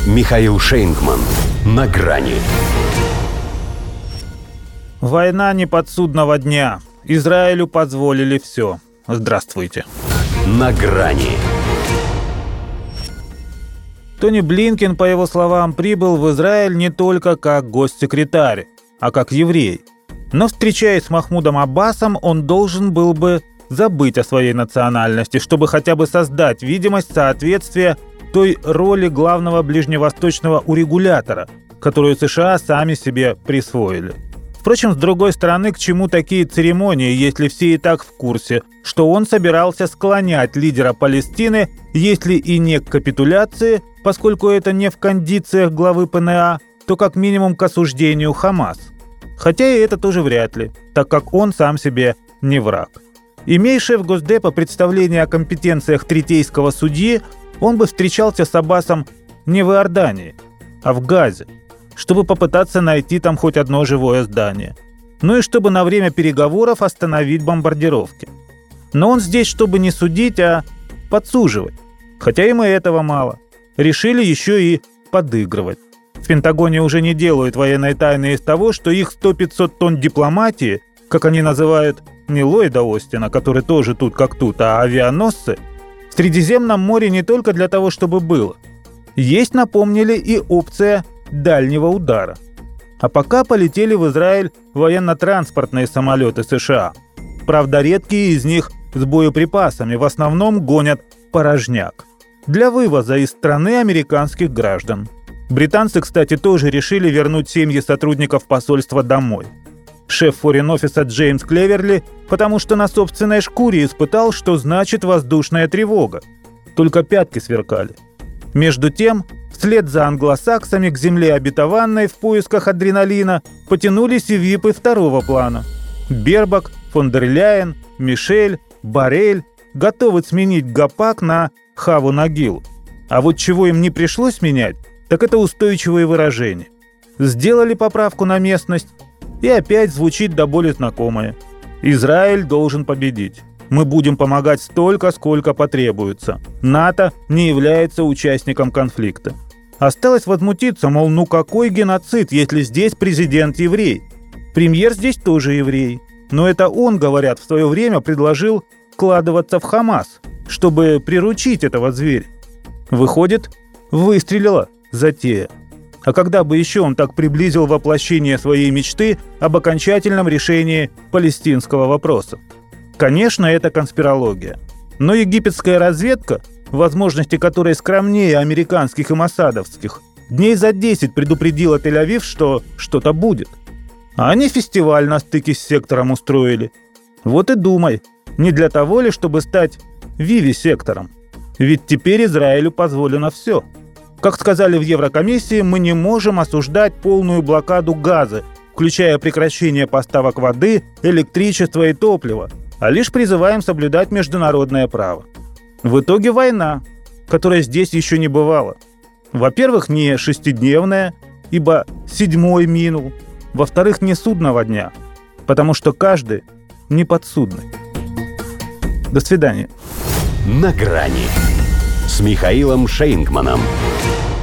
Михаил Шейнгман. На грани. Война неподсудного дня. Израилю позволили все. Здравствуйте. На грани. Тони Блинкен, по его словам, прибыл в Израиль не только как госсекретарь, а как еврей. Но, встречаясь с Махмудом Аббасом, он должен был бы забыть о своей национальности, чтобы хотя бы создать видимость соответствия той роли главного ближневосточного урегулятора, которую США сами себе присвоили. Впрочем, с другой стороны, к чему такие церемонии, если все и так в курсе, что он собирался склонять лидера Палестины, если и не к капитуляции, поскольку это не в кондициях главы ПНА, то как минимум к осуждению Хамас. Хотя и это тоже вряд ли, так как он сам себе не враг. Имея шеф Госдепа представление о компетенциях третейского судьи, он бы встречался с Аббасом не в Иордании, а в Газе, чтобы попытаться найти там хоть одно живое здание. Ну и чтобы на время переговоров остановить бомбардировки. Но он здесь, чтобы не судить, а подсуживать. Хотя им и этого мало. Решили еще и подыгрывать. В Пентагоне уже не делают военной тайны из того, что их 100-500 тонн дипломатии, как они называют не Ллойда Остина, который тоже тут как тут, а авианосцы, в Средиземном море не только для того, чтобы было. Есть, напомнили, и опция дальнего удара. А пока полетели в Израиль военно-транспортные самолеты США. Правда, редкие из них с боеприпасами, в основном гонят порожняк. Для вывоза из страны американских граждан. Британцы, кстати, тоже решили вернуть семьи сотрудников посольства домой. Шеф форин-офиса Джеймс Клеверли, потому что на собственной шкуре испытал, что значит воздушная тревога. Только пятки сверкали. Между тем, вслед за англосаксами к земле обетованной в поисках адреналина потянулись и випы второго плана. Бербак, фон дер Ляйен, Мишель, Боррель готовы сменить Гопак на Хаву Нагилу. А вот чего им не пришлось менять, так это устойчивые выражения. Сделали поправку на местность, и опять звучит до боли знакомое. Израиль должен победить. Мы будем помогать столько, сколько потребуется. НАТО не является участником конфликта. Осталось возмутиться, мол, ну какой геноцид, если здесь президент еврей? Премьер здесь тоже еврей. Но это он, говорят, в свое время предложил вкладываться в Хамас, чтобы приручить этого зверя. Выходит, выстрелила затея. А когда бы еще он так приблизил воплощение своей мечты об окончательном решении палестинского вопроса? Конечно, это конспирология. Но египетская разведка, возможности которой скромнее американских и моссадовских, дней за 10 предупредила Тель-Авив, что что-то будет. А они фестиваль на стыке с сектором устроили. Вот и думай, не для того ли, чтобы стать вивисектором? Ведь теперь Израилю позволено все. Как сказали в Еврокомиссии, мы не можем осуждать полную блокаду Газы, включая прекращение поставок воды, электричества и топлива, а лишь призываем соблюдать международное право. В итоге война, которая здесь еще не бывала. Во-первых, не 6-дневная, ибо 7-й минул. Во-вторых, не судного дня, потому что каждый не подсудный. До свидания. На грани с Михаилом Шейнгманом.